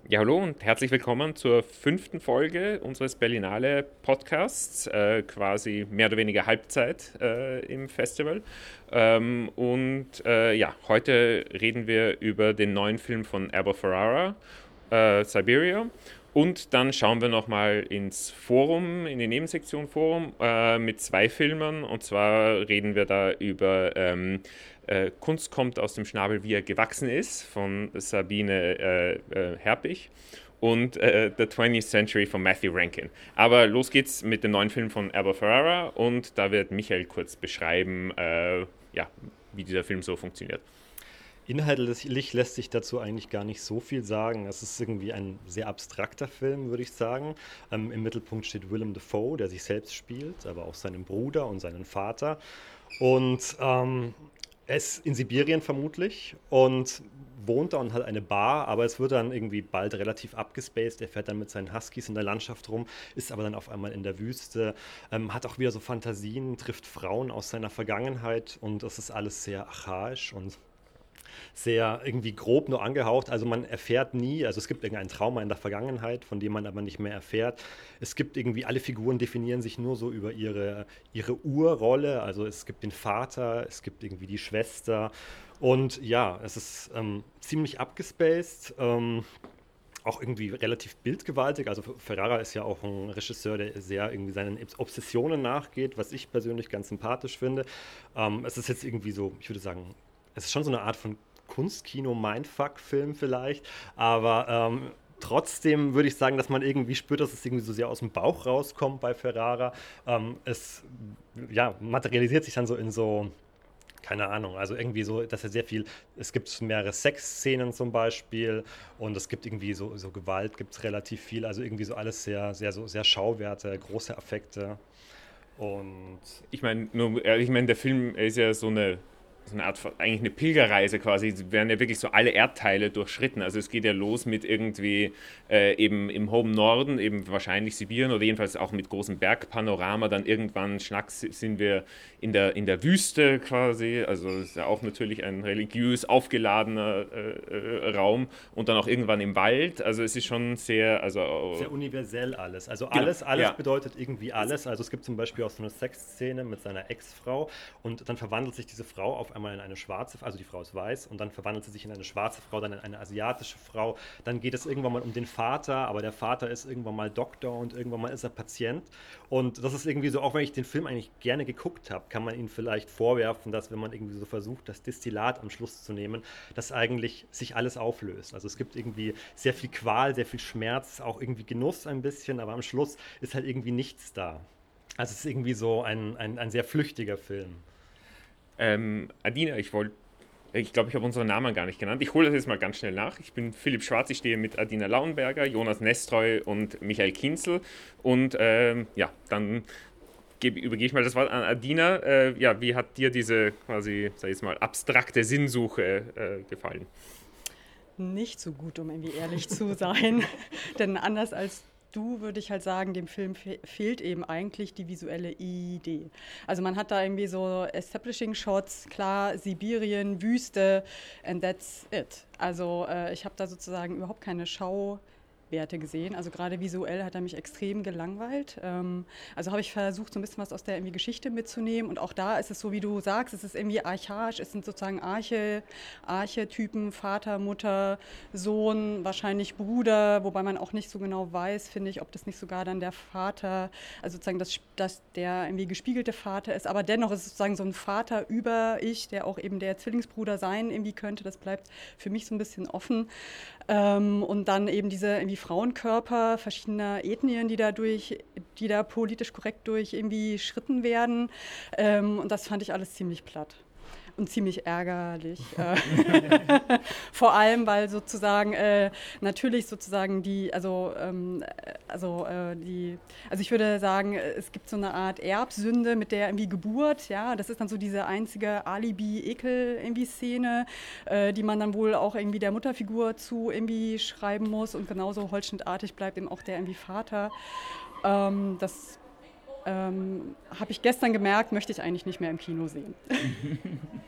Ja, hallo und herzlich willkommen zur 5. Folge unseres Berlinale Podcasts, quasi mehr oder weniger Halbzeit im Festival. Ja, heute reden wir über den neuen Film von Abel Ferrara, Siberia. Und dann schauen wir nochmal ins Forum, in die Nebensektion Forum, mit 2 Filmen. Und zwar reden wir da über Kunst kommt aus dem Schnabel, wie er gewachsen ist, von Sabine Herpich und The 20th Century von Matthew Rankin. Aber los geht's mit dem neuen Film von Abel Ferrara und da wird Michael kurz beschreiben, ja, wie dieser Film so funktioniert. Inhaltlich lässt sich dazu eigentlich gar nicht so viel sagen. Es ist irgendwie ein sehr abstrakter Film, würde ich sagen. Im Mittelpunkt steht Willem Dafoe, der sich selbst spielt, aber auch seinen Bruder und seinen Vater. Und er ist in Sibirien vermutlich und wohnt da und hat eine Bar, aber es wird dann irgendwie bald relativ abgespaced. Er fährt dann mit seinen Huskies in der Landschaft rum, ist aber dann auf einmal in der Wüste, hat auch wieder so Fantasien, trifft Frauen aus seiner Vergangenheit und das ist alles sehr archaisch und sehr irgendwie grob nur angehaucht. Also man erfährt nie, also es gibt irgendein Trauma in der Vergangenheit, von dem man aber nicht mehr erfährt. Es gibt irgendwie, alle Figuren definieren sich nur so über ihre Urrolle. Also es gibt den Vater, es gibt irgendwie die Schwester. Und ja, es ist ziemlich abgespaced. Auch irgendwie relativ bildgewaltig. Also Ferrara ist ja auch ein Regisseur, der sehr irgendwie seinen Obsessionen nachgeht, was ich persönlich ganz sympathisch finde. Es ist jetzt irgendwie so, ich würde sagen, es ist schon so eine Art von Kunstkino-Mindfuck-Film vielleicht, aber trotzdem würde ich sagen, dass man irgendwie spürt, dass es irgendwie so sehr aus dem Bauch rauskommt bei Ferrara. Es ja, materialisiert sich dann so in so, keine Ahnung, also irgendwie so, dass er sehr viel, es gibt mehrere Sexszenen zum Beispiel und es gibt irgendwie so Gewalt, gibt es relativ viel, also irgendwie so alles sehr Schauwerte, große Affekte und Ich meine, der Film ist ja so eine Art, eigentlich eine Pilgerreise quasi, es werden ja wirklich so alle Erdteile durchschritten. Also es geht ja los mit irgendwie eben im hohen Norden, eben wahrscheinlich Sibirien oder jedenfalls auch mit großem Bergpanorama. Dann irgendwann schnacks sind wir in der Wüste quasi. Also es ist ja auch natürlich ein religiös aufgeladener Raum. Und dann auch irgendwann im Wald. Also es ist schon sehr, sehr universell alles. Also genau, alles ja. bedeutet irgendwie alles. Also es gibt zum Beispiel auch so eine Sexszene mit seiner Ex-Frau und dann verwandelt sich diese Frau auf einmal in eine schwarze, also die Frau ist weiß und dann verwandelt sie sich in eine schwarze Frau, dann in eine asiatische Frau. Dann geht es irgendwann mal um den Vater, aber der Vater ist irgendwann mal Doktor und irgendwann mal ist er Patient. Und das ist irgendwie so, auch wenn ich den Film eigentlich gerne geguckt habe, kann man ihn vielleicht vorwerfen, dass wenn man irgendwie so versucht, das Destillat am Schluss zu nehmen, dass eigentlich sich alles auflöst. Also es gibt irgendwie sehr viel Qual, sehr viel Schmerz, auch irgendwie Genuss ein bisschen, aber am Schluss ist halt irgendwie nichts da. Also es ist irgendwie so ein sehr flüchtiger Film. Adina, ich glaube, ich habe unseren Namen gar nicht genannt. Ich hole das jetzt mal ganz schnell nach. Ich bin Philipp Schwarz, ich stehe mit Adina Lauenberger, Jonas Nestreu und Michael Kinzel. Und ja, dann übergebe ich mal das Wort an Adina. Ja, wie hat dir diese quasi, sag ich jetzt mal, abstrakte Sinnsuche gefallen? Nicht so gut, um irgendwie ehrlich zu sein. Denn anders als du würde ich halt sagen, dem Film fehlt eben eigentlich die visuelle Idee. Also man hat da irgendwie so Establishing Shots, klar, Sibirien, Wüste, and that's it. Also ich habe da sozusagen überhaupt keine Schauwerte gesehen. Also gerade visuell hat er mich extrem gelangweilt. Also habe ich versucht, so ein bisschen was aus der irgendwie Geschichte mitzunehmen. Und auch da ist es so, wie du sagst, es ist irgendwie archaisch. Es sind sozusagen Archetypen, Vater, Mutter, Sohn, wahrscheinlich Bruder, wobei man auch nicht so genau weiß, finde ich, ob das nicht sogar dann der Vater, also sozusagen dass der irgendwie gespiegelte Vater ist. Aber dennoch ist es sozusagen so ein Vater über ich, der auch eben der Zwillingsbruder sein irgendwie könnte. Das bleibt für mich so ein bisschen offen. Und dann eben diese irgendwie Frauenkörper verschiedener Ethnien, die da politisch korrekt durch irgendwie schritten werden. Und das fand ich alles ziemlich platt und ziemlich ärgerlich. Vor allem, weil sozusagen natürlich sozusagen also ich würde sagen, es gibt so eine Art Erbsünde mit der irgendwie Geburt, ja, das ist dann so diese einzige Alibi-Ekel irgendwie Szene, die man dann wohl auch irgendwie der Mutterfigur zu irgendwie schreiben muss und genauso holzschnittartig bleibt eben auch der irgendwie Vater. Das habe ich gestern gemerkt, möchte ich eigentlich nicht mehr im Kino sehen.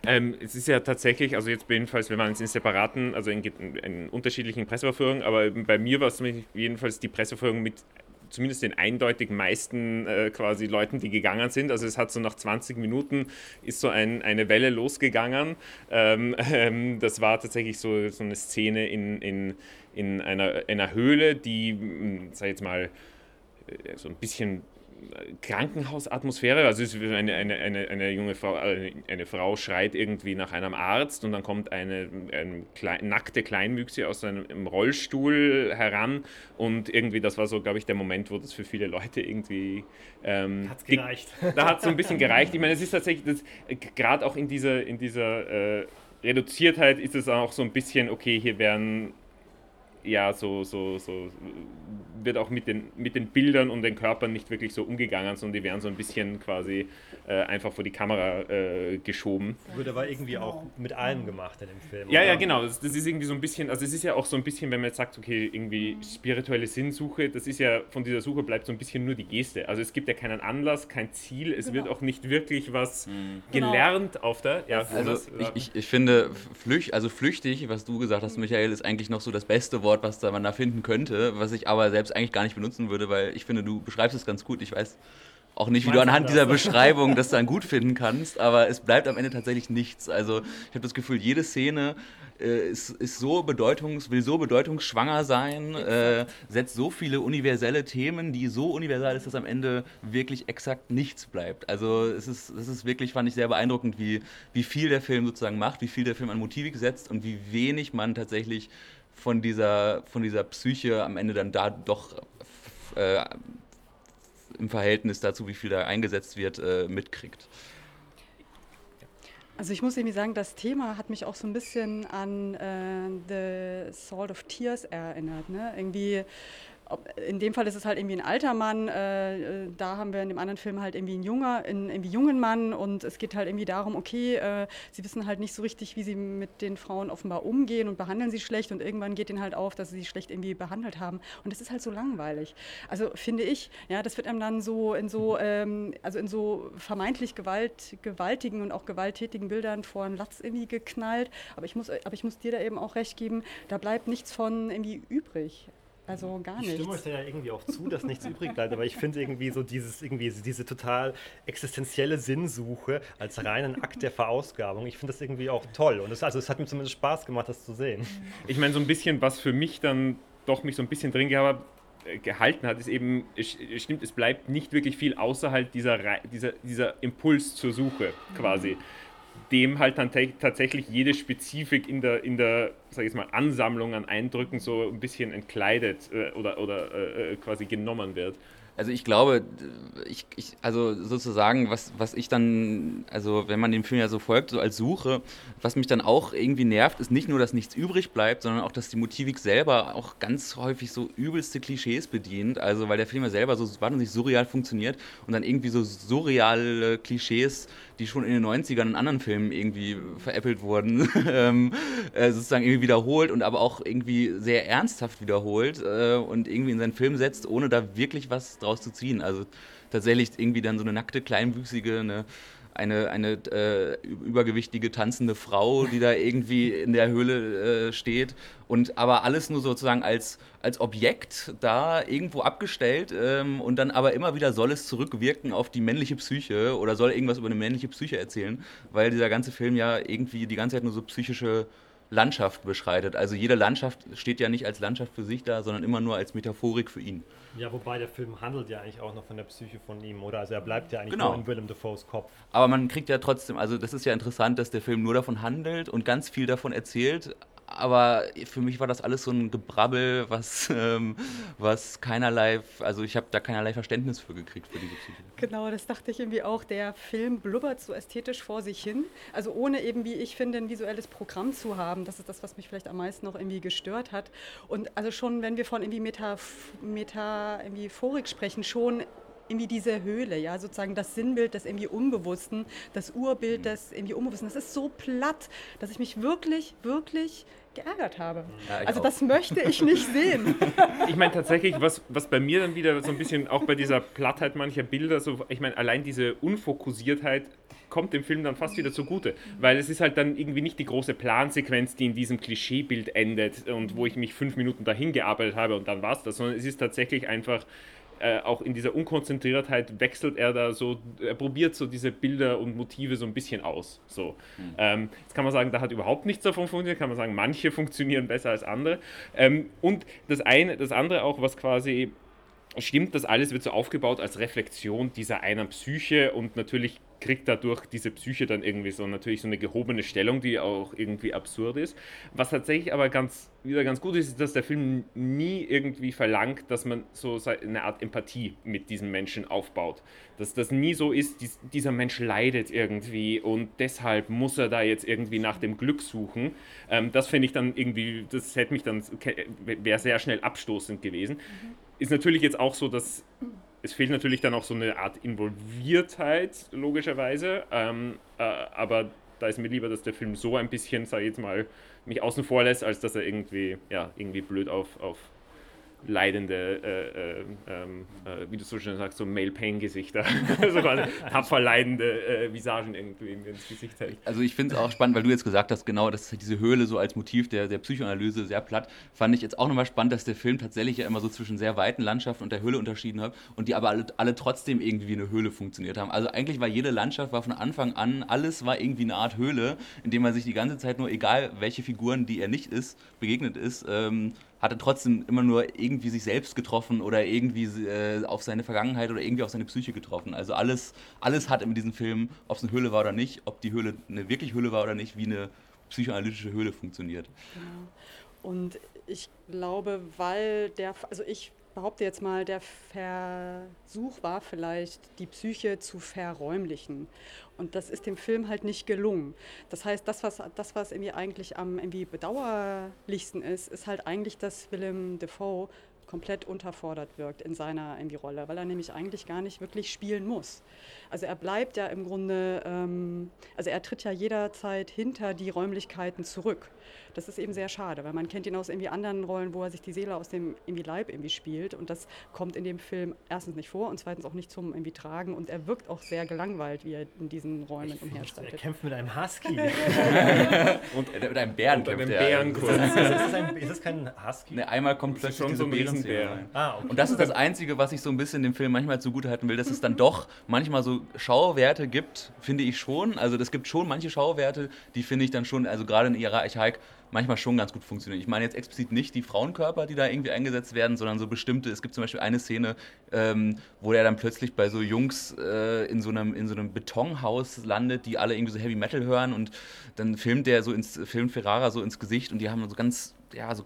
Es ist ja tatsächlich, also jetzt jedenfalls, wir waren jetzt in separaten, also in unterschiedlichen Presseverführungen, aber bei mir war es jedenfalls die Presseverführung mit zumindest den eindeutig meisten quasi Leuten, die gegangen sind. Also es hat so nach 20 Minuten ist so eine Welle losgegangen. Das war tatsächlich so eine Szene in einer Höhle, die, sag ich jetzt mal, so ein bisschen Krankenhausatmosphäre, also es ist eine junge Frau, eine Frau schreit irgendwie nach einem Arzt und dann kommt eine nackte Kleinwüchsige aus einem Rollstuhl heran und irgendwie, das war so, glaube ich, der Moment, wo das für viele Leute irgendwie Hat's gereicht. Da hat es so ein bisschen gereicht. Ich meine, es ist tatsächlich, gerade auch in dieser Reduziertheit ist es auch so ein bisschen, okay, hier werden ja, so wird auch mit den Bildern und den Körpern nicht wirklich so umgegangen, sondern die werden so ein bisschen quasi einfach vor die Kamera geschoben. Wird aber irgendwie auch mit allem gemacht in dem Film. Ja, oder? ja, genau. Das ist irgendwie so ein bisschen, also es ist ja auch so ein bisschen, wenn man jetzt sagt, okay, irgendwie spirituelle Sinnsuche, das ist ja, von dieser Suche bleibt so ein bisschen nur die Geste. Also es gibt ja keinen Anlass, kein Ziel, es wird auch nicht wirklich was gelernt auf der... Ja, also ich finde, flüchtig, was du gesagt hast, Michael, ist eigentlich noch so das beste Wort, was man da finden könnte, was ich aber selbst eigentlich gar nicht benutzen würde, weil ich finde, du beschreibst es ganz gut. Ich weiß auch nicht, wie du anhand dieser Beschreibung das dann gut finden kannst, aber es bleibt am Ende tatsächlich nichts. Also ich habe das Gefühl, jede Szene will so bedeutungsschwanger sein, setzt so viele universelle Themen, die so universal ist, dass am Ende wirklich exakt nichts bleibt. Also es ist wirklich, fand ich sehr beeindruckend, wie viel der Film sozusagen macht, wie viel der Film an Motivik setzt und wie wenig man tatsächlich von dieser Psyche am Ende dann da doch im Verhältnis dazu, wie viel da eingesetzt wird, mitkriegt. Also ich muss irgendwie sagen, das Thema hat mich auch so ein bisschen an The Salt of Tears erinnert. Ne? Irgendwie, in dem Fall ist es halt irgendwie ein alter Mann, da haben wir in dem anderen Film halt irgendwie einen jungen Mann und es geht halt irgendwie darum, okay, sie wissen halt nicht so richtig, wie sie mit den Frauen offenbar umgehen und behandeln sie schlecht und irgendwann geht ihnen halt auf, dass sie sie schlecht irgendwie behandelt haben und das ist halt so langweilig. Also finde ich, ja, das wird einem dann in so vermeintlich gewaltigen und auch gewalttätigen Bildern vor den Latz irgendwie geknallt, aber ich muss dir da eben auch recht geben, da bleibt nichts von irgendwie übrig. Also gar nichts. Ich stimme euch da ja irgendwie auch zu, dass nichts übrig bleibt, aber ich finde irgendwie so diese total existenzielle Sinnsuche als reinen Akt der Verausgabung, ich finde das irgendwie auch toll und es hat mir zumindest Spaß gemacht, das zu sehen. Ich meine, so ein bisschen, was für mich dann doch mich so ein bisschen drin gehalten hat, ist eben, stimmt, es bleibt nicht wirklich viel außerhalb dieser Impuls zur Suche quasi. Dem halt dann tatsächlich jede Spezifik in der sag ich jetzt mal, Ansammlung an Eindrücken so ein bisschen entkleidet oder quasi genommen wird. Also ich glaube, also sozusagen, was ich dann, also wenn man dem Film ja so folgt, so als Suche, was mich dann auch irgendwie nervt, ist nicht nur, dass nichts übrig bleibt, sondern auch, dass die Motivik selber auch ganz häufig so übelste Klischees bedient, also weil der Film ja selber so wahnsinnig surreal funktioniert und dann irgendwie so surreale Klischees, die schon in den 90ern in anderen Filmen irgendwie veräppelt wurden, sozusagen irgendwie wiederholt und aber auch irgendwie sehr ernsthaft wiederholt und irgendwie in seinen Film setzt, ohne da wirklich was draus zu ziehen. Also tatsächlich irgendwie dann so eine nackte, kleinwüchsige, eine übergewichtige, tanzende Frau, die da irgendwie in der Höhle steht und aber alles nur sozusagen als Objekt da irgendwo abgestellt und dann aber immer wieder soll es zurückwirken auf die männliche Psyche oder soll irgendwas über eine männliche Psyche erzählen, weil dieser ganze Film ja irgendwie die ganze Zeit nur so psychische Landschaft beschreitet. Also jede Landschaft steht ja nicht als Landschaft für sich da, sondern immer nur als Metaphorik für ihn. Ja, wobei der Film handelt ja eigentlich auch noch von der Psyche von ihm, oder? Also er bleibt ja eigentlich nur in Willem Dafoes Kopf. Aber man kriegt ja trotzdem, also das ist ja interessant, dass der Film nur davon handelt und ganz viel davon erzählt, aber für mich war das alles so ein Gebrabbel, was keinerlei, also ich habe da keinerlei Verständnis für gekriegt für diese Psyche. Genau, das dachte ich irgendwie auch. Der Film blubbert so ästhetisch vor sich hin, also ohne eben, wie ich finde, ein visuelles Programm zu haben. Das ist das, was mich vielleicht am meisten noch irgendwie gestört hat. Und also schon, wenn wir von irgendwie Metaphorik sprechen, schon irgendwie diese Höhle, ja, sozusagen das Sinnbild des irgendwie Unbewussten, das Urbild des irgendwie Unbewussten. Das ist so platt, dass ich mich wirklich, wirklich geärgert habe. Ja, ich Also auch. das möchte ich nicht sehen. Ich meine tatsächlich, was bei mir dann wieder so ein bisschen, auch bei dieser Plattheit mancher Bilder, so, ich meine, allein diese Unfokussiertheit kommt dem Film dann fast wieder zugute, weil es ist halt dann irgendwie nicht die große Plansequenz, die in diesem Klischeebild endet und wo ich mich 5 Minuten dahin gearbeitet habe und dann war's das, sondern es ist tatsächlich einfach auch in dieser Unkonzentriertheit wechselt er da so, er probiert so diese Bilder und Motive so ein bisschen aus. So. Jetzt kann man sagen, da hat überhaupt nichts davon funktioniert, kann man sagen, manche funktionieren besser als andere. Und das andere auch, was quasi stimmt, das alles wird so aufgebaut als Reflexion dieser einer Psyche und natürlich kriegt dadurch diese Psyche dann irgendwie so natürlich so eine gehobene Stellung, die auch irgendwie absurd ist. Was tatsächlich aber wieder ganz gut ist, ist, dass der Film nie irgendwie verlangt, dass man so eine Art Empathie mit diesem Menschen aufbaut. Dass das nie so ist, dieser Mensch leidet irgendwie und deshalb muss er da jetzt irgendwie nach dem Glück suchen. Das finde ich dann irgendwie, wäre sehr schnell abstoßend gewesen. Ist natürlich jetzt auch so, dass es fehlt natürlich dann auch so eine Art Involviertheit, logischerweise. Aber da ist mir lieber, dass der Film so ein bisschen, sag ich jetzt mal, mich außen vor lässt, als dass er irgendwie blöd auf leidende, wie du so schön sagst, so Male-Pain-Gesichter, so quasi tapfer leidende Visagen irgendwie ins Gesicht hält. Also ich finde es auch spannend, weil du jetzt gesagt hast, genau, dass diese Höhle so als Motiv der Psychoanalyse sehr platt, fand ich jetzt auch nochmal spannend, dass der Film tatsächlich ja immer so zwischen sehr weiten Landschaften und der Höhle unterschieden hat und die aber alle trotzdem irgendwie wie eine Höhle funktioniert haben. Also eigentlich war jede Landschaft von Anfang an, alles war irgendwie eine Art Höhle, in dem man sich die ganze Zeit nur, egal welche Figuren, die er nicht ist, begegnet ist, hatte trotzdem immer nur irgendwie sich selbst getroffen oder irgendwie auf seine Vergangenheit oder irgendwie auf seine Psyche getroffen. Also alles hat in diesem Film, ob es eine Höhle war oder nicht, ob die Höhle eine wirklich Höhle war oder nicht, wie eine psychoanalytische Höhle funktioniert. Genau. Und ich glaube, ich behaupte jetzt mal, der Versuch war vielleicht, die Psyche zu verräumlichen. Und das ist dem Film halt nicht gelungen. Das heißt, das was irgendwie eigentlich am irgendwie bedauerlichsten ist halt eigentlich, dass Willem Dafoe komplett unterfordert wirkt in seiner irgendwie Rolle, weil er nämlich eigentlich gar nicht wirklich spielen muss. Also er bleibt ja im Grunde, also er tritt ja jederzeit hinter die Räumlichkeiten zurück. Das ist eben sehr schade, weil man kennt ihn aus irgendwie anderen Rollen, wo er sich die Seele aus dem irgendwie Leib irgendwie spielt und das kommt in dem Film erstens nicht vor und zweitens auch nicht zum irgendwie Tragen und er wirkt auch sehr gelangweilt, wie er in diesen Räumen umherstreitet. Er kämpft mit einem Husky. Und mit einem Bären Und kämpft einem er. Bären kurz. Ist das kein Husky? Ne, einmal kommt plötzlich schon diese so ein Bärenszene Riesenbär. rein. Okay. Und das ist das Einzige, was ich so ein bisschen dem Film manchmal zugutehalten will, dass es dann doch manchmal so Schauwerte gibt, finde ich schon. Also es gibt schon manche Schauwerte, die finde ich dann schon, also gerade in ihrer Archaik, manchmal schon ganz gut funktionieren. Ich meine jetzt explizit nicht die Frauenkörper, die da irgendwie eingesetzt werden, sondern so bestimmte, es gibt zum Beispiel eine Szene, wo er dann plötzlich bei so Jungs in so einem Betonhaus landet, die alle irgendwie so Heavy Metal hören und dann filmt Ferrara so ins Gesicht und die haben so ganz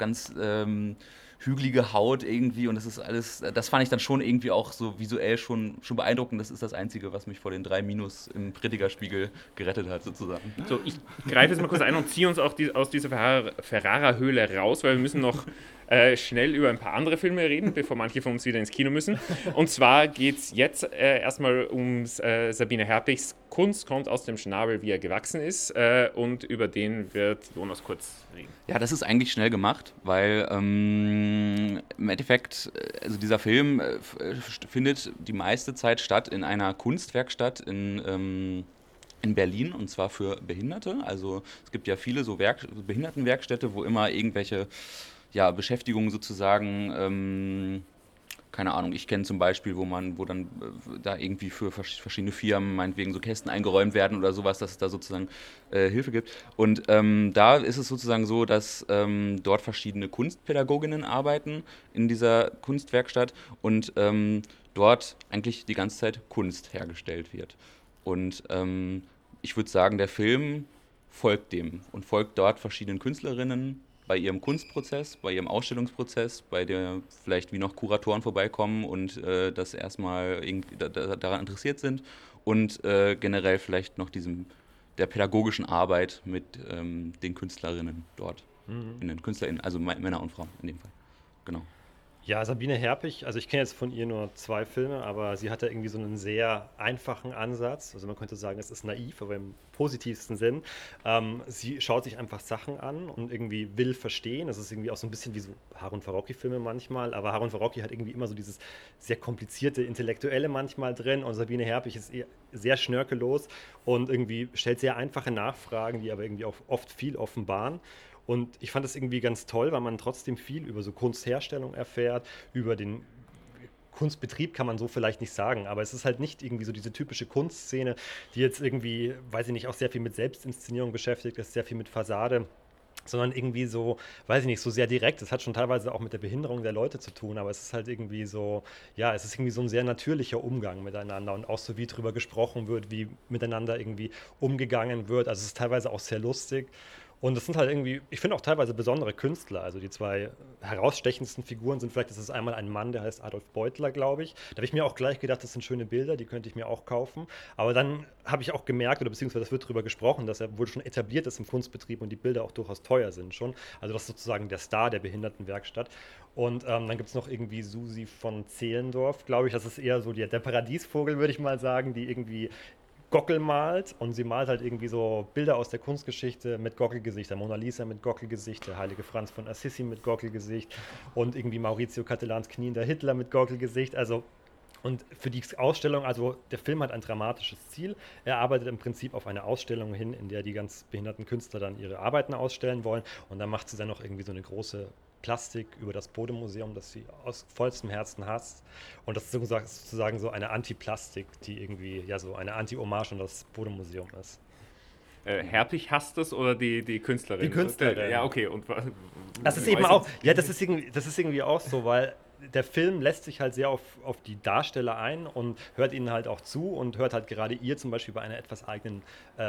hügelige Haut irgendwie und das ist alles, das fand ich dann schon irgendwie auch so visuell schon beeindruckend. Das ist das Einzige, was mich vor den 3 Minus im Kritikerspiegel gerettet hat, sozusagen. So, ich greife jetzt mal kurz ein und ziehe uns auch aus dieser Ferrara-Höhle raus, weil wir müssen noch schnell über ein paar andere Filme reden, bevor manche von uns wieder ins Kino müssen. Und zwar geht es jetzt erstmal um Sabine Herpichs Kunst, kommt aus dem Schnabel, wie er gewachsen ist. Und über den wird Jonas kurz reden. Ja, das ist eigentlich schnell gemacht, weil im Endeffekt, also dieser Film findet die meiste Zeit statt in einer Kunstwerkstatt in Berlin und zwar für Behinderte. Also es gibt ja viele so Behindertenwerkstätte, wo immer irgendwelche Beschäftigungen sozusagen, keine Ahnung, ich kenne zum Beispiel, wo dann da irgendwie für verschiedene Firmen meinetwegen so Kästen eingeräumt werden oder sowas, dass es da sozusagen Hilfe gibt. Und da ist es sozusagen so, dass dort verschiedene Kunstpädagoginnen arbeiten in dieser Kunstwerkstatt und dort eigentlich die ganze Zeit Kunst hergestellt wird. Und ich würde sagen, der Film folgt dem und folgt dort verschiedenen Künstlerinnen bei ihrem Kunstprozess, bei ihrem Ausstellungsprozess, bei der vielleicht wie noch Kuratoren vorbeikommen und das erstmal daran interessiert sind und generell vielleicht noch der pädagogischen Arbeit mit den Künstlerinnen dort, in den KünstlerInnen, also Männer und Frauen in dem Fall. Genau. Ja, Sabine Herpich, also ich kenne jetzt von ihr nur 2 Filme, aber sie hat da irgendwie so einen sehr einfachen Ansatz. Also man könnte sagen, es ist naiv, aber im positivsten Sinn. Sie schaut sich einfach Sachen an und irgendwie will verstehen. Das ist irgendwie auch so ein bisschen wie so Harun Farocki-Filme manchmal, aber Harun Farocki hat irgendwie immer so dieses sehr komplizierte Intellektuelle manchmal drin und Sabine Herpich ist eher sehr schnörkellos und irgendwie stellt sehr einfache Nachfragen, die aber irgendwie auch oft viel offenbaren. Und ich fand das irgendwie ganz toll, weil man trotzdem viel über so Kunstherstellung erfährt, über den Kunstbetrieb kann man so vielleicht nicht sagen, aber es ist halt nicht irgendwie so diese typische Kunstszene, die jetzt irgendwie, weiß ich nicht, auch sehr viel mit Selbstinszenierung beschäftigt ist, sehr viel mit Fassade, sondern irgendwie so, weiß ich nicht, so sehr direkt. Es hat schon teilweise auch mit der Behinderung der Leute zu tun, aber es ist halt irgendwie so, ja, es ist irgendwie so ein sehr natürlicher Umgang miteinander und auch so, wie drüber gesprochen wird, wie miteinander irgendwie umgegangen wird. Also es ist teilweise auch sehr lustig. Und das sind halt irgendwie, ich finde auch teilweise besondere Künstler. Also die 2 herausstechendsten Figuren sind vielleicht, das ist einmal ein Mann, der heißt Adolf Beutler, glaube ich. Da habe ich mir auch gleich gedacht, das sind schöne Bilder, die könnte ich mir auch kaufen. Aber dann habe ich auch gemerkt, oder beziehungsweise es wird darüber gesprochen, dass er wohl schon etabliert ist im Kunstbetrieb und die Bilder auch durchaus teuer sind schon. Also das ist sozusagen der Star der Behindertenwerkstatt. Und dann gibt es noch irgendwie Susi von Zehlendorf, glaube ich. Das ist eher so der Paradiesvogel, würde ich mal sagen, die irgendwie Gockel malt und sie malt halt irgendwie so Bilder aus der Kunstgeschichte mit Gockelgesicht. Der Mona Lisa mit Gockelgesicht, der heilige Franz von Assisi mit Gockelgesicht und irgendwie Maurizio Cattelans Kniender Hitler mit Gockelgesicht. Also und für die Ausstellung, also der Film hat ein dramatisches Ziel. Er arbeitet im Prinzip auf eine Ausstellung hin, in der die ganz behinderten Künstler dann ihre Arbeiten ausstellen wollen. Und dann macht sie dann noch irgendwie so eine große Plastik über das Bode-Museum, das sie aus vollstem Herzen hasst. Und das ist sozusagen so eine Anti-Plastik, die irgendwie ja so eine Anti-Hommage an das Bode-Museum ist. Herpich hasst das oder die Künstlerin? Die Künstlerin. Ja, okay. Und das ist eben auch, ja, das ist irgendwie auch so, weil der Film lässt sich halt sehr auf die Darsteller ein und hört ihnen halt auch zu und hört halt gerade ihr zum Beispiel bei einer etwas eigenen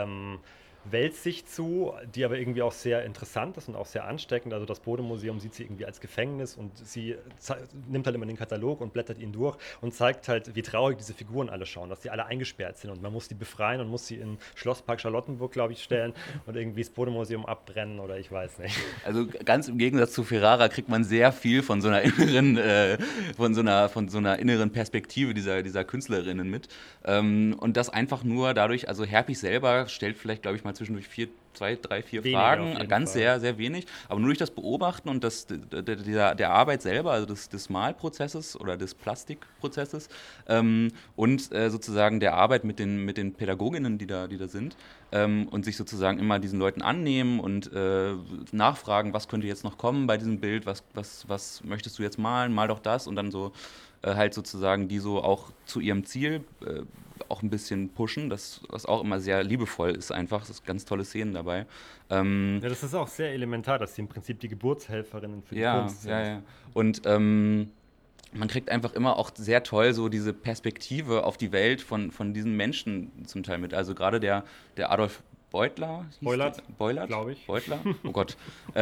Weltsicht zu, die aber irgendwie auch sehr interessant ist und auch sehr ansteckend. Also das Bode-Museum sieht sie irgendwie als Gefängnis und sie nimmt halt immer den Katalog und blättert ihn durch und zeigt halt, wie traurig diese Figuren alle schauen, dass die alle eingesperrt sind und man muss die befreien und muss sie in Schlosspark Charlottenburg, glaube ich, stellen und irgendwie das Bode-Museum abbrennen oder ich weiß nicht. Also ganz im Gegensatz zu Ferrara kriegt man sehr viel von so einer inneren, von so einer inneren Perspektive dieser Künstlerinnen mit. Und das einfach nur dadurch, also Herpich selber stellt vielleicht, glaube ich, mal zwischendurch 2, 3, 4 Weniger Fragen, ganz Fall. sehr, sehr wenig, aber nur durch das Beobachten und der Arbeit selber, also des Malprozesses oder des Plastikprozesses und sozusagen der Arbeit mit den Pädagoginnen, die da sind und sich sozusagen immer diesen Leuten annehmen und nachfragen, was könnte jetzt noch kommen bei diesem Bild, was möchtest du jetzt malen, mal doch das und dann so halt sozusagen die so auch zu ihrem Ziel auch ein bisschen pushen, was auch immer sehr liebevoll ist einfach, das sind ganz tolle Szenen dabei. Ja, das ist auch sehr elementar, dass sie im Prinzip die Geburtshelferinnen für die Kunst sind. Ja. Und man kriegt einfach immer auch sehr toll so diese Perspektive auf die Welt von diesen Menschen zum Teil mit. Also gerade der Adolf Beutler, Beulert, glaube ich. Beutler? Oh Gott.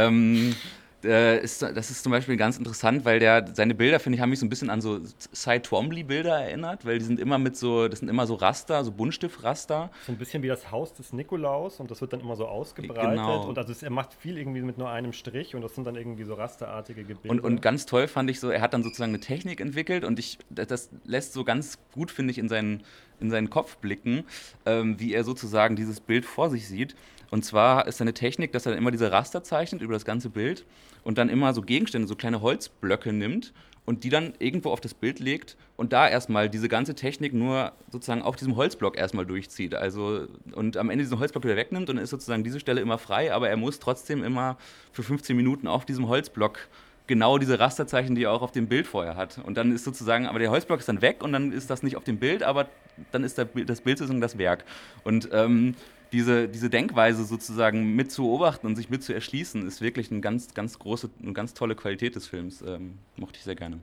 Das ist zum Beispiel ganz interessant, weil seine Bilder, finde ich, haben mich so ein bisschen an so Cy Twombly-Bilder erinnert, weil die sind immer das sind immer so Raster, so Buntstift-Raster. So ein bisschen wie das Haus des Nikolaus und das wird dann immer so ausgebreitet. Genau. Und also er macht viel irgendwie mit nur einem Strich und das sind dann irgendwie so rasterartige Gebilde. Und ganz toll fand ich so, er hat dann sozusagen eine Technik entwickelt und das lässt so ganz gut, finde ich, in seinen Kopf blicken, wie er sozusagen dieses Bild vor sich sieht. Und zwar ist seine Technik, dass er dann immer diese Raster zeichnet über das ganze Bild und dann immer so Gegenstände, so kleine Holzblöcke nimmt und die dann irgendwo auf das Bild legt und da erstmal diese ganze Technik nur sozusagen auf diesem Holzblock erstmal durchzieht. Also und am Ende diesen Holzblock wieder wegnimmt und dann ist sozusagen diese Stelle immer frei, aber er muss trotzdem immer für 15 Minuten auf diesem Holzblock genau diese Rasterzeichen, die er auch auf dem Bild vorher hat. Und dann ist sozusagen, aber der Holzblock ist dann weg und dann ist das nicht auf dem Bild, aber dann ist das Bild sozusagen das Werk. Und diese Denkweise sozusagen mit zu beobachten und sich mit zu erschließen, ist wirklich eine ganz große und ganz tolle Qualität des Films. Mochte ich sehr gerne.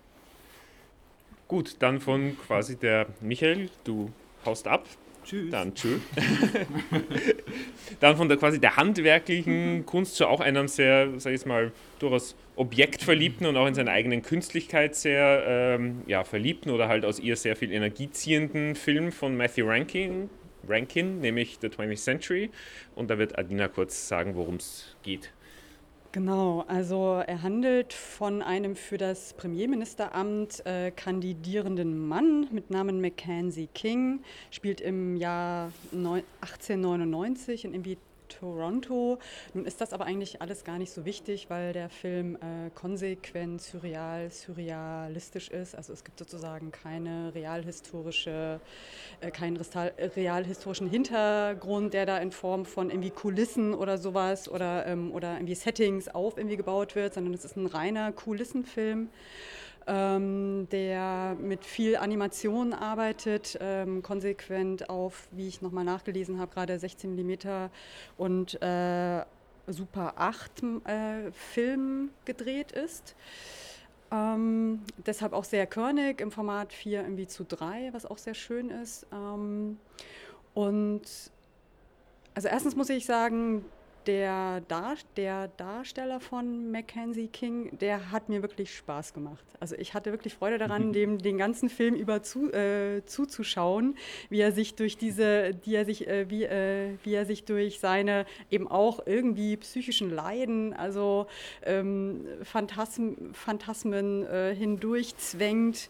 Gut, dann von quasi der Michael, du haust ab. Tschüss. Dann tschüss. Dann von quasi der handwerklichen Kunst zu auch einem sehr, sag ich mal, durchaus objektverliebten und auch in seiner eigenen Künstlichkeit sehr verliebten oder halt aus ihr sehr viel Energie ziehenden Film von Matthew Rankin, nämlich The 20th Century. Und da wird Adina kurz sagen, worum es geht. Genau, also er handelt von einem für das Premierministeramt kandidierenden Mann mit Namen Mackenzie King, spielt im Jahr 1899 in irgendwie Toronto. Nun ist das aber eigentlich alles gar nicht so wichtig, weil der Film konsequent surrealistisch ist. Also es gibt sozusagen keinen realhistorischen Hintergrund, der da in Form von irgendwie Kulissen oder sowas oder irgendwie Settings irgendwie gebaut wird, sondern es ist ein reiner Kulissenfilm, der mit viel Animation arbeitet, konsequent auf, wie ich nochmal nachgelesen habe, gerade 16 mm und Super 8 Film gedreht ist. Deshalb auch sehr körnig im Format 4:3, was auch sehr schön ist. Und also erstens muss ich sagen, der Darsteller von Mackenzie King, der hat mir wirklich Spaß gemacht. Also ich hatte wirklich Freude daran, dem den ganzen Film über zuzuschauen, wie er sich durch wie er sich durch seine eben auch irgendwie psychischen Leiden, also Phantasmen hindurch zwängt.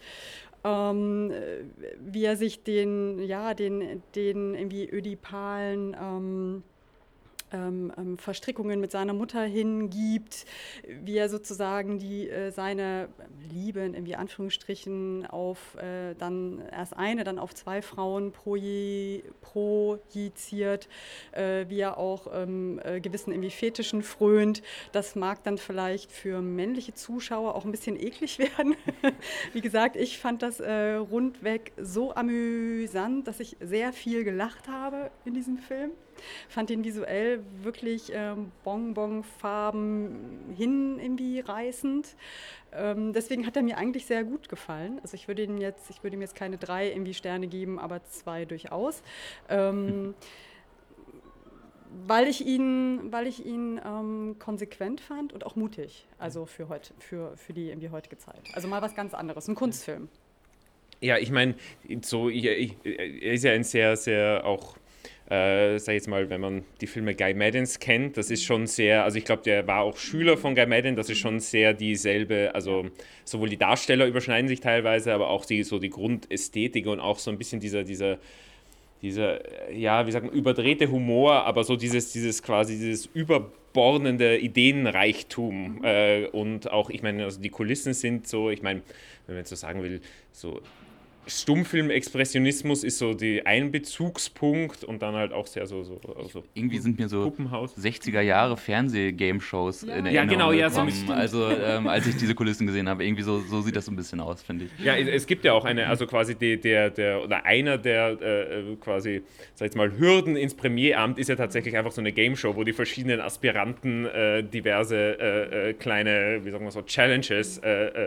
Wie er sich den irgendwie ödipalen Verstrickungen mit seiner Mutter hingibt, wie er sozusagen seine Liebe in irgendwie Anführungsstrichen auf dann erst eine, dann auf zwei Frauen projiziert, wie er auch gewissen irgendwie Fetischen frönt. Das mag dann vielleicht für männliche Zuschauer auch ein bisschen eklig werden. Wie gesagt, ich fand das rundweg so amüsant, dass ich sehr viel gelacht habe in diesem Film. Fand ihn visuell wirklich Bonbonfarben hin irgendwie reißend. Deswegen hat er mir eigentlich sehr gut gefallen. Also ich würde ihm jetzt keine 3 irgendwie Sterne geben, aber 2 durchaus. Weil ich ihn konsequent fand und auch mutig, also für die irgendwie heutige Zeit. Also mal was ganz anderes, ein Kunstfilm. Ja, ich meine, er ist ja ein sehr, sehr auch sag ich jetzt mal, wenn man die Filme Guy Maddens kennt, das ist schon sehr, also ich glaube, der war auch Schüler von Guy Madden, das ist schon sehr dieselbe, also sowohl die Darsteller überschneiden sich teilweise, aber auch die Grundästhetik und auch so ein bisschen dieser ja, wie sagt man, überdrehte Humor, aber so dieses überbordende Ideenreichtum und auch, ich meine, also die Kulissen sind so, ich meine, wenn man jetzt so sagen will, so Stummfilm-Expressionismus ist so ein Bezugspunkt und dann halt auch sehr so irgendwie sind mir so Puppenhaus. 60er Jahre Fernseh-Game-Shows in Erinnerung Ja, genau, ja, so gekommen. Also als ich diese Kulissen gesehen habe, irgendwie so sieht das so ein bisschen aus, finde ich. Ja, es gibt ja auch also quasi einer der quasi, sag ich jetzt mal, Hürden ins Premieramt ist ja tatsächlich einfach so eine Game-Show, wo die verschiedenen Aspiranten diverse kleine, wie sagen wir so, Challenges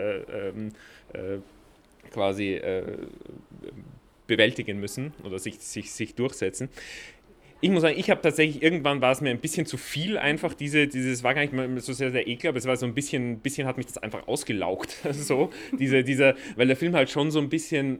quasi bewältigen müssen oder sich durchsetzen. Ich muss sagen, ich habe tatsächlich, irgendwann war es mir ein bisschen zu viel einfach, dieses war gar nicht mal so sehr eklig, aber es war so ein bisschen hat mich das einfach ausgelaugt, so, weil der Film halt schon so ein bisschen,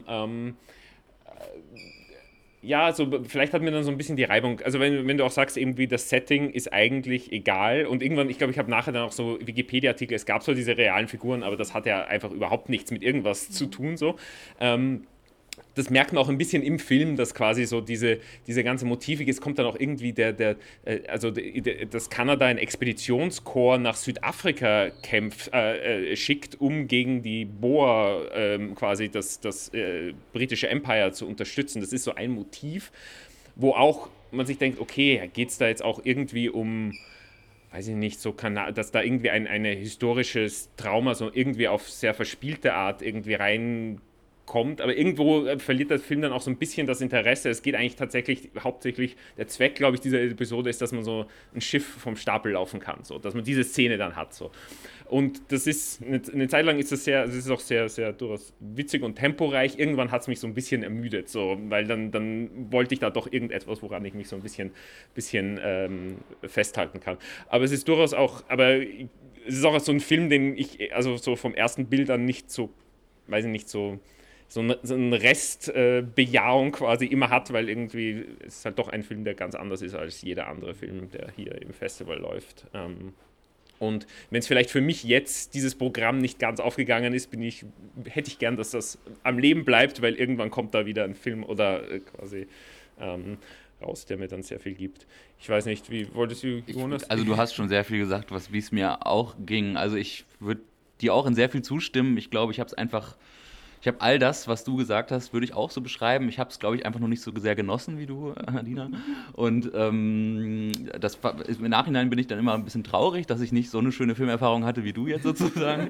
ja, so, vielleicht hat mir dann so ein bisschen die Reibung, also wenn du auch sagst, irgendwie das Setting ist eigentlich egal und irgendwann, ich glaube, ich habe nachher dann auch so Wikipedia-Artikel, es gab so diese realen Figuren, aber das hat ja einfach überhaupt nichts mit irgendwas zu tun, so. Das merkt man auch ein bisschen im Film, dass quasi so diese ganze Motivik, es kommt dann auch irgendwie dass Kanada ein Expeditionskorps nach Südafrika schickt, um gegen die Boer quasi das britische Empire zu unterstützen. Das ist so ein Motiv, wo auch man sich denkt, okay, geht es da jetzt auch irgendwie um, weiß ich nicht, dass da irgendwie ein historisches Trauma so irgendwie auf sehr verspielte Art irgendwie reinkommt, aber irgendwo verliert der Film dann auch so ein bisschen das Interesse. Es geht eigentlich tatsächlich hauptsächlich, der Zweck, glaube ich, dieser Episode ist, dass man so ein Schiff vom Stapel laufen kann, so, dass man diese Szene dann hat. So. Und das ist, eine Zeit lang ist das ist auch sehr, sehr durchaus witzig und temporeich. Irgendwann hat es mich so ein bisschen ermüdet, so, weil dann wollte ich da doch irgendetwas, woran ich mich so ein bisschen festhalten kann. Aber es ist durchaus auch, es ist auch so ein Film, den ich, also so vom ersten Bild an nicht so, weiß ich nicht, so eine Restbejahung quasi immer hat, weil irgendwie es ist halt doch ein Film, der ganz anders ist als jeder andere Film, der hier im Festival läuft. Und wenn es vielleicht für mich jetzt dieses Programm nicht ganz aufgegangen ist, hätte ich gern, dass das am Leben bleibt, weil irgendwann kommt da wieder ein Film oder quasi raus, der mir dann sehr viel gibt. Ich weiß nicht, wie wolltest du, Jonas? Also du hast schon sehr viel gesagt, wie es mir auch ging. Also ich würde dir auch in sehr viel zustimmen. Ich glaube, ich habe all das, was du gesagt hast, würde ich auch so beschreiben. Ich habe es, glaube ich, einfach noch nicht so sehr genossen wie du, Adina. Und im Nachhinein bin ich dann immer ein bisschen traurig, dass ich nicht so eine schöne Filmerfahrung hatte wie du jetzt sozusagen.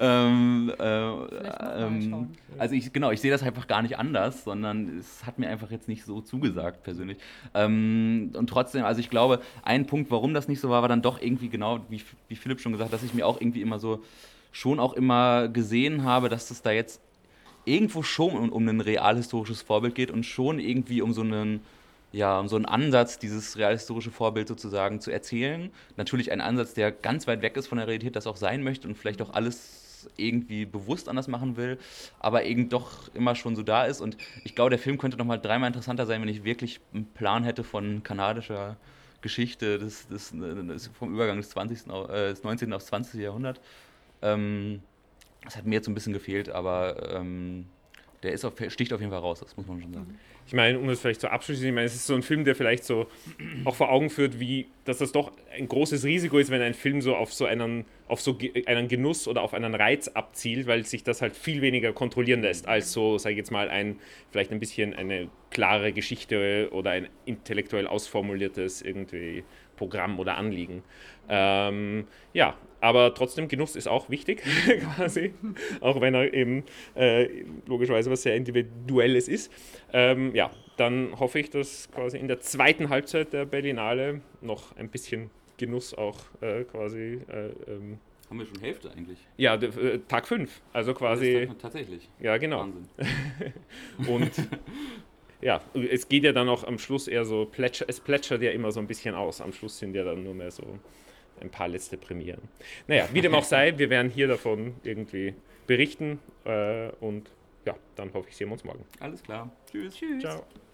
Also ich sehe das einfach gar nicht anders, sondern es hat mir einfach jetzt nicht so zugesagt persönlich. Und trotzdem, also ich glaube, ein Punkt, warum das nicht so war dann doch irgendwie genau, wie Philipp schon gesagt hat, dass ich mir auch irgendwie immer so schon auch immer gesehen habe, dass das da jetzt irgendwo schon um ein realhistorisches Vorbild geht und schon irgendwie um so einen Ansatz, dieses realhistorische Vorbild sozusagen zu erzählen. Natürlich ein Ansatz, der ganz weit weg ist von der Realität, das auch sein möchte und vielleicht auch alles irgendwie bewusst anders machen will, aber eben doch immer schon so da ist. Und ich glaube, der Film könnte nochmal dreimal interessanter sein, wenn ich wirklich einen Plan hätte von kanadischer Geschichte vom Übergang des 19. aufs 20. Jahrhundert. Das hat mir jetzt so ein bisschen gefehlt, aber der sticht auf jeden Fall raus, das muss man schon sagen. Ich meine, um das vielleicht so abschließen, es ist so ein Film, der vielleicht so auch vor Augen führt, dass das doch ein großes Risiko ist, wenn ein Film so auf einen Genuss oder auf einen Reiz abzielt, weil sich das halt viel weniger kontrollieren lässt, als so, sage ich jetzt mal, vielleicht ein bisschen eine klare Geschichte oder ein intellektuell ausformuliertes irgendwie Programm oder Anliegen. Aber trotzdem, Genuss ist auch wichtig, quasi, auch wenn er eben logischerweise was sehr Individuelles ist. Dann hoffe ich, dass quasi in der zweiten Halbzeit der Berlinale noch ein bisschen Genuss auch quasi... Haben wir schon Hälfte eigentlich? Ja, Tag 5, also quasi... Tatsächlich. Ja, genau. Wahnsinn. Und ja, es geht ja dann auch am Schluss eher so, es plätschert ja immer so ein bisschen aus. Am Schluss sind ja dann nur mehr so ein paar letzte Premieren. Naja, wie dem auch sei, wir werden hier davon irgendwie berichten und ja, dann hoffe ich, sehen wir uns morgen. Alles klar. Tschüss. Ciao.